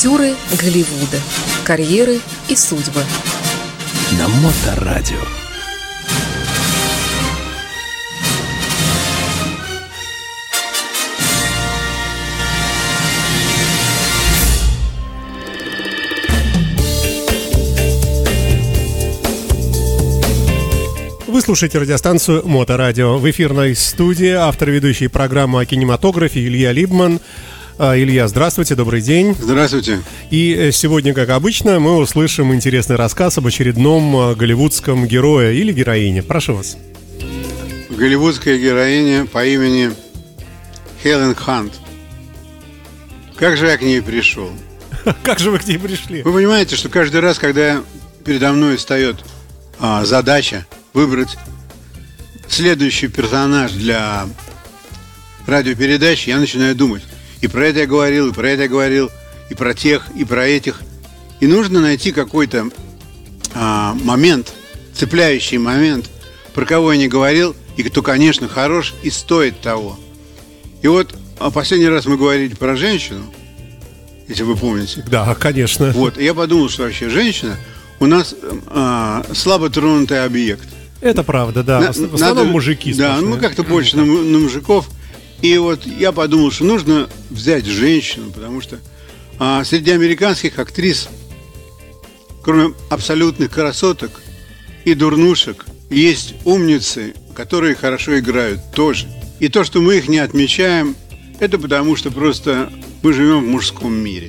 Актеры Голливуда. Карьеры и судьбы. На Моторадио. Вы слушаете радиостанцию Моторадио. В эфирной студии автор ведущей программы о кинематографе Илья Либман. Илья, здравствуйте, добрый день. Здравствуйте. И сегодня, как обычно, мы услышим интересный рассказ об очередном голливудском герое или героине. Прошу вас. Голливудская героиня по имени Хелен Хант. Как же я к ней пришел? Как же вы к ней пришли? Вы понимаете, что каждый раз, когда передо мной встает задача выбрать следующий персонаж для радиопередачи, я начинаю думать. И про это я говорил, и про это я говорил, и про тех, и про этих. И нужно найти какой-то момент, цепляющий момент, про кого я не говорил, и кто, конечно, хорош и стоит того. И вот последний раз мы говорили про женщину, если вы помните. Да, конечно. Вот, и я подумал, что вообще женщина у нас слабо тронутый объект. Это правда, да. В основном мужики. Да, мы как-то больше на мужиков. И вот я подумал, что нужно взять женщину, потому что среди американских актрис, кроме абсолютных красоток и дурнушек, есть умницы, которые хорошо играют тоже. И то, что мы их не отмечаем, это потому, что просто мы живем в мужском мире.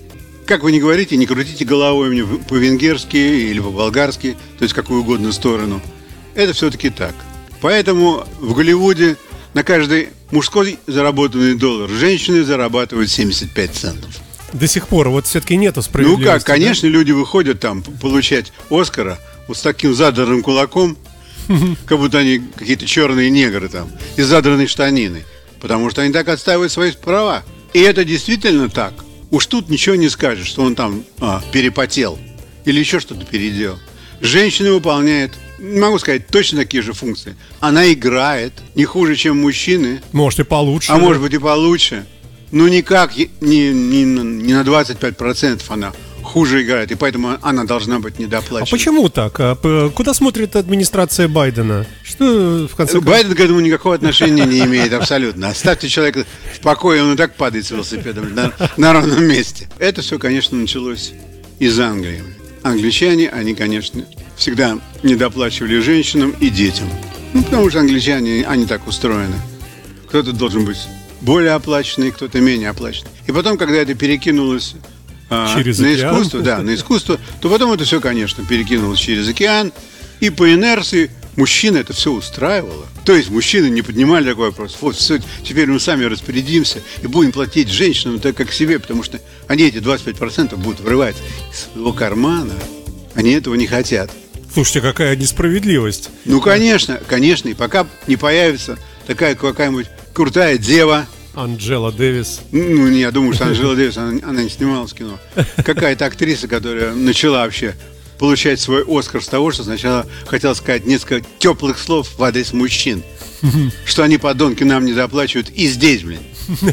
Как вы ни говорите, не крутите головой мне по-венгерски или по-болгарски, то есть в какую угодно сторону. Это все-таки так. Поэтому в Голливуде на каждый мужской заработанный доллар женщины зарабатывают 75 центов. До сих пор вот все-таки нету справедливости. Ну как, конечно, да? Люди выходят там получать Оскара вот с таким задранным кулаком, как будто они какие-то черные негры там, из задранной штанины. Потому что они так отстаивают свои права. И это действительно так. Уж тут ничего не скажешь, что он там перепотел или еще что-то переделал. Женщина выполняет, не могу сказать, точно такие же функции. Она играет не хуже, чем мужчины. Может и получше. А может быть и получше. Но никак не на 25% она хуже играет. И поэтому она должна быть недоплачена. А почему так? Куда смотрит администрация Байдена? Что в конце концов? Байден к этому никакого отношения не имеет абсолютно. Оставьте человека в покое, он и так падает с велосипедом на ровном месте. Это все, конечно, началось из Англии. Англичане, они, конечно, всегда недоплачивали женщинам и детям. Ну, потому что англичане, они так устроены. Кто-то должен быть более оплаченный, кто-то менее оплаченный. И потом, когда это перекинулось на искусство, то потом это все, конечно, перекинулось через океан. И по инерции мужчин это все устраивало. То есть мужчины не поднимали такой вопрос. Вот, все, теперь мы сами распорядимся и будем платить женщинам так, как себе, потому что они эти 25% будут вырывать из своего кармана. Они этого не хотят. Слушайте, какая несправедливость. Ну, конечно, и пока не появится такая какая-нибудь крутая дева. Анджела Дэвис. Ну, я думаю, что Анджела Дэвис, она не снималась в кино. Какая-то актриса, которая начала вообще получать свой Оскар с того, что сначала хотела сказать несколько теплых слов в адрес мужчин. Что они, подонки, нам не доплачивают и здесь, блин.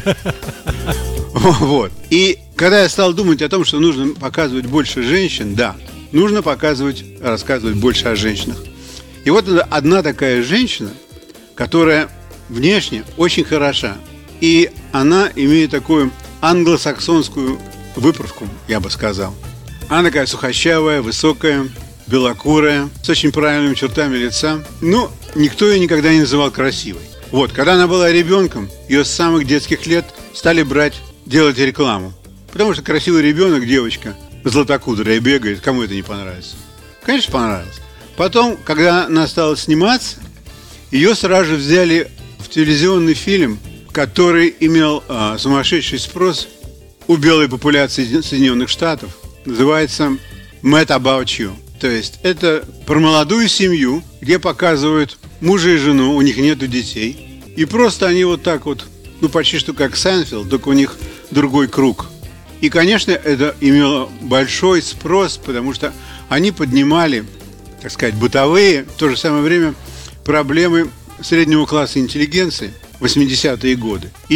Вот. И когда я стал думать о том, что нужно показывать больше женщин, да, нужно рассказывать больше о женщинах. И вот одна такая женщина, которая внешне очень хороша. И она имеет такую англосаксонскую выправку, я бы сказал. Она такая сухощавая, высокая, белокурая, с очень правильными чертами лица. Но никто ее никогда не называл красивой. Вот, когда она была ребенком, ее с самых детских лет стали делать рекламу. Потому что красивый ребенок, девочка, златокудрая, бегает, кому это не понравится? Конечно, понравилось. Потом, когда она стала сниматься, ее сразу же взяли в телевизионный фильм, который имел сумасшедший спрос у белой популяции Соединенных Штатов. Называется «Mad About You». То есть это про молодую семью, где показывают мужа и жену, у них нету детей. И просто они вот так вот, ну почти что как Сайнфелд, только у них другой круг. И, конечно, это имело большой спрос, потому что они поднимали, так сказать, бытовые, в то же самое время проблемы среднего класса интеллигенции в 80-е годы. И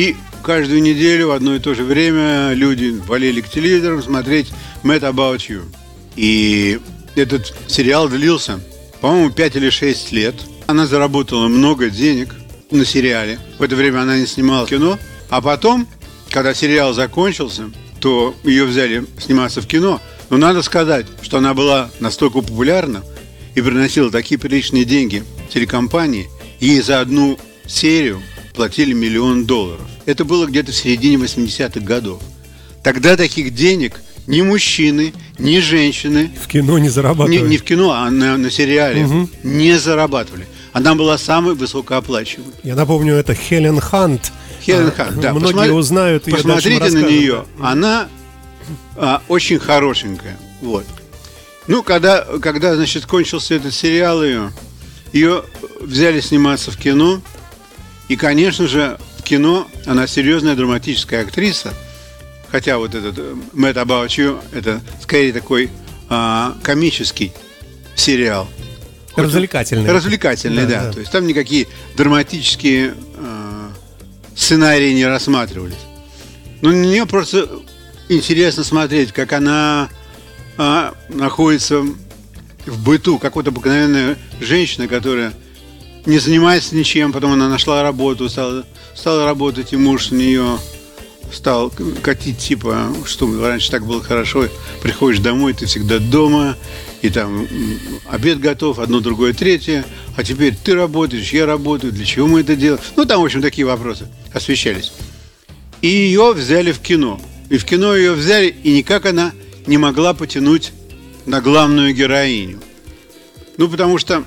каждую неделю в одно и то же время люди валили к телевизору смотреть Mad About You. И этот сериал длился, по-моему, 5 или 6 лет. Она заработала много денег на сериале. В это время она не снимала кино. А потом, когда сериал закончился, то ее взяли сниматься в кино. Но надо сказать, что она была настолько популярна и приносила такие приличные деньги телекомпании, ей за одну серию платили $1 миллион. Это было где-то в середине 80-х годов. Тогда таких денег ни мужчины, ни женщины В кино не зарабатывали. не в кино, а на сериале не зарабатывали. Она была самой высокооплачиваемой. Я напомню, это Хелен Хант. Хелен Хант, да. Многие узнают ее. Посмотрите на нее. Она очень хорошенькая. Вот. Ну, когда, значит, кончился этот сериал ее взяли сниматься в кино. И, конечно же, в кино она серьезная драматическая актриса. Хотя вот этот Mad About You это скорее такой комический сериал. Развлекательный. Развлекательный, да. То есть там никакие драматические сценарии не рассматривались. Но на нее просто интересно смотреть, как она находится в быту, как вот обыкновенная женщина, которая не занимается ничем, потом она нашла работу, стала работать, и муж у нее стал катить, типа, что раньше так было хорошо, приходишь домой, ты всегда дома, и там обед готов, одно, другое, третье, а теперь ты работаешь, я работаю, для чего мы это делаем? Ну, там, в общем, такие вопросы освещались. И ее взяли в кино. И в кино ее взяли, и никак она не могла потянуть на главную героиню. Ну, потому что,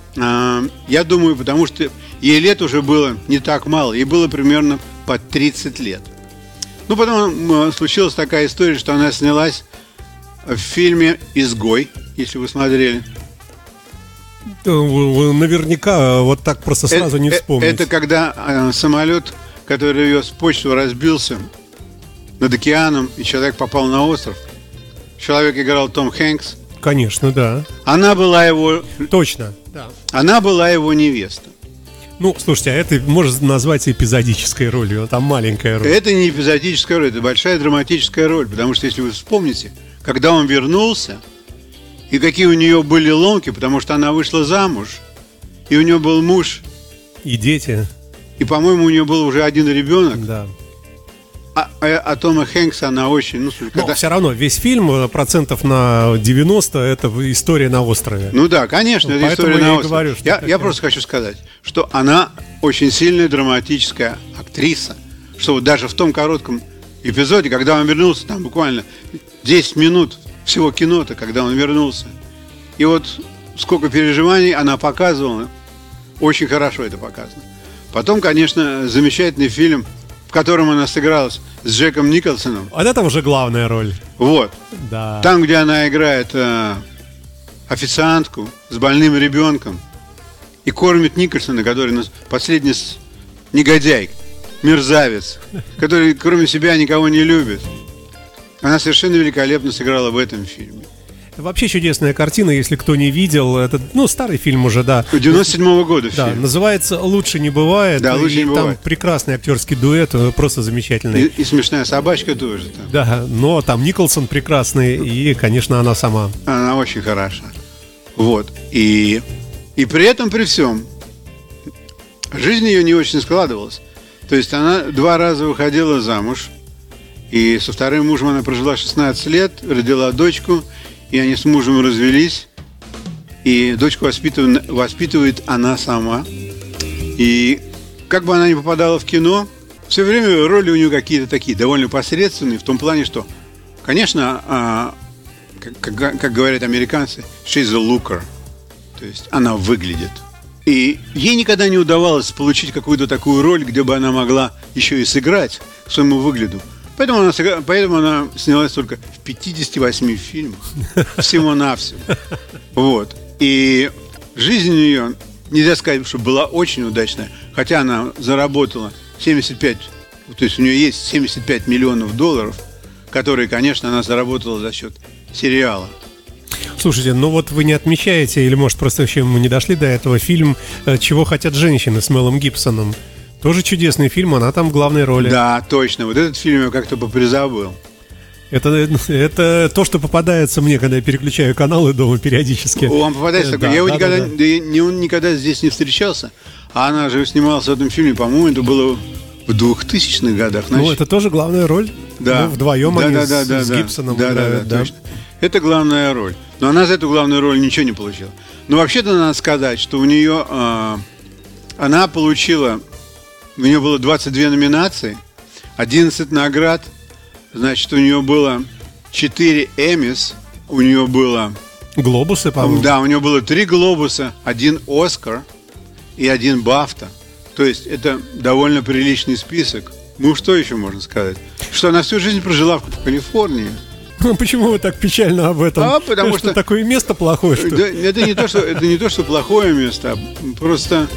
я думаю, потому что ей лет уже было не так мало, ей было примерно под 30 лет. Ну, потом случилась такая история, что она снялась в фильме «Изгой», если вы смотрели. Вы наверняка вот так просто сразу не вспомните. Это когда самолет, который вез почту, разбился над океаном, и человек попал на остров. Человек играл Том Хэнкс. Конечно, да. Она была его... Точно, да. Она была его невеста. Ну, слушайте, а это можно назвать эпизодической ролью, там маленькая роль. Это не эпизодическая роль, это большая драматическая роль, потому что, если вы вспомните, когда он вернулся, и какие у нее были ломки, потому что она вышла замуж, и у нее был муж. И дети. И, по-моему, у нее был уже один ребенок. Да. А Тома Хэнкса она очень... Ну, слушай, но все равно весь фильм процентов на 90 это история на острове. Ну да, конечно, это история на острове. Говорю, я просто хочу сказать, что она очень сильная драматическая актриса, что вот даже в том коротком эпизоде, когда он вернулся, там буквально 10 минут всего кино-то, когда он вернулся, и вот сколько переживаний она показывала, очень хорошо это показано. Потом, конечно, замечательный фильм, в котором она сыгралась с Джеком Николсоном. Вот это уже главная роль. Вот. Да. Там, где она играет официантку с больным ребенком и кормит Николсона, который последний негодяй, мерзавец, который кроме себя никого не любит. Она совершенно великолепно сыграла в этом фильме. Вообще чудесная картина, если кто не видел. Это, старый фильм уже, да. 97-го года да, фильм. Называется «Лучше не бывает». Да, «Лучше не бывает». Там прекрасный актерский дуэт, просто замечательный. И смешная собачка тоже там. Да, но там Николсон прекрасный, и, конечно, она сама. Она очень хороша. Вот. И при этом, при всем, жизнь ее не очень складывалась. То есть она 2 раза выходила замуж, и со вторым мужем она прожила 16 лет, родила дочку, и они с мужем развелись, и дочку воспитывает она сама. И как бы она ни попадала в кино, все время роли у нее какие-то такие, довольно посредственные, в том плане, что, конечно, как говорят американцы, she's a looker, то есть она выглядит. И ей никогда не удавалось получить какую-то такую роль, где бы она могла еще и сыграть к своему выгляду. Поэтому она снялась только в 58 фильмах. Всего-навсего. Вот. И жизнь у нее, нельзя сказать, что была очень удачная. Хотя она заработала 75, то есть у нее есть 75 миллионов долларов, которые, конечно, она заработала за счет сериала. Слушайте, вот вы не отмечаете, или, может, просто вообще мы не дошли до этого, фильм «Чего хотят женщины» с Мелом Гибсоном. Тоже чудесный фильм, она там в главной роли. Да, точно. Вот этот фильм я как-то попризабыл. Это то, что попадается мне, когда я переключаю каналы дома периодически. Он попадается такой. Я его никогда здесь не встречался. А она же снималась в этом фильме, по-моему, это было в 2000-х годах. Ну, это тоже главная роль. Да. Ну, вдвоем они с Гибсоном играют. Да, точно. Это главная роль. Но она за эту главную роль ничего не получила. Но вообще-то надо сказать, что у нее... она получила... У нее было 22 номинации, 11 наград. Значит, у нее было 4 Эммис, у нее было... Глобусы, по-моему. Да, у нее было 3 Глобуса, 1 Оскар и 1 Бафта. То есть это довольно приличный список. Ну, что еще можно сказать? Что она всю жизнь прожила в Калифорнии. Почему вы так печально об этом? Потому что такое место плохое, что... Это не то, что плохое место. Просто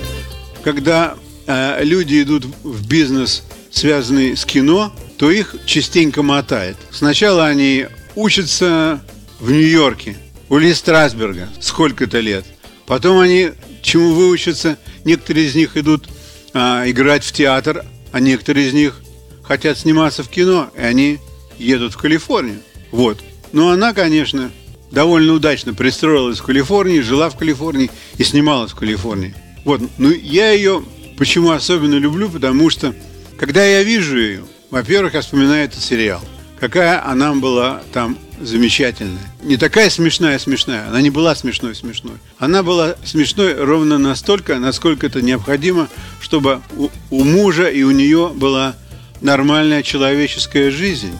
когда люди идут в бизнес, связанный с кино, то их частенько мотает. Сначала они учатся в Нью-Йорке, у Ли Страсберга сколько-то лет. Потом они чему выучатся. Некоторые из них идут играть в театр, а некоторые из них хотят сниматься в кино, и они едут в Калифорнию. Вот. Но она, конечно, довольно удачно пристроилась в Калифорнии, жила в Калифорнии и снималась в Калифорнии. Вот. Ну, я ее почему особенно люблю, потому что, когда я вижу ее, во-первых, я вспоминаю этот сериал. Какая она была там замечательная. Не такая смешная, она не была смешной. Она была смешной ровно настолько, насколько это необходимо, чтобы у мужа и у нее была нормальная человеческая жизнь.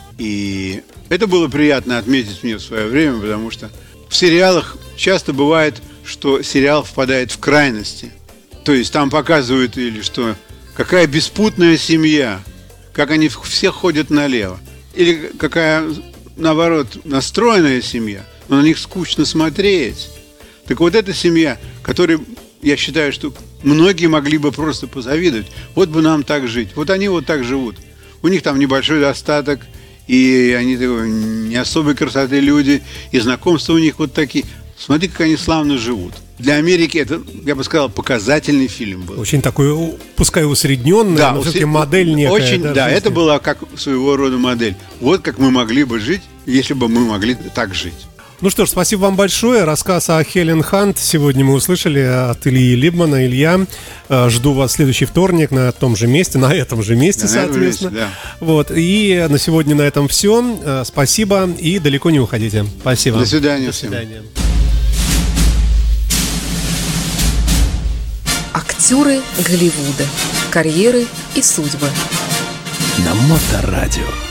И это было приятно отметить мне в свое время, потому что в сериалах часто бывает, что сериал впадает в крайности. То есть там показывают или что какая беспутная семья, как они все ходят налево. Или какая, наоборот, настроенная семья, но на них скучно смотреть. Так вот эта семья, которой, я считаю, что многие могли бы просто позавидовать. Вот бы нам так жить. Вот они вот так живут. У них там небольшой достаток, и они не особой красоты люди, и знакомства у них вот такие. Смотри, как они славно живут. Для Америки это, я бы сказал, показательный фильм был. Очень такой, пускай усредненный, да, но все-таки модель некая. Очень, да, это была как своего рода модель. Вот как мы могли бы жить, если бы мы могли так жить. Ну что ж, спасибо вам большое. Рассказ о Хелен Хант сегодня мы услышали от Ильи Либмана. Илья, жду вас в следующий вторник на том же месте, на этом же месте, соответственно. Да. Вот. И на сегодня на этом все. Спасибо и далеко не уходите. Спасибо. До свидания. До свидания. Актеры Голливуда. Карьеры и судьбы. На Моторадио.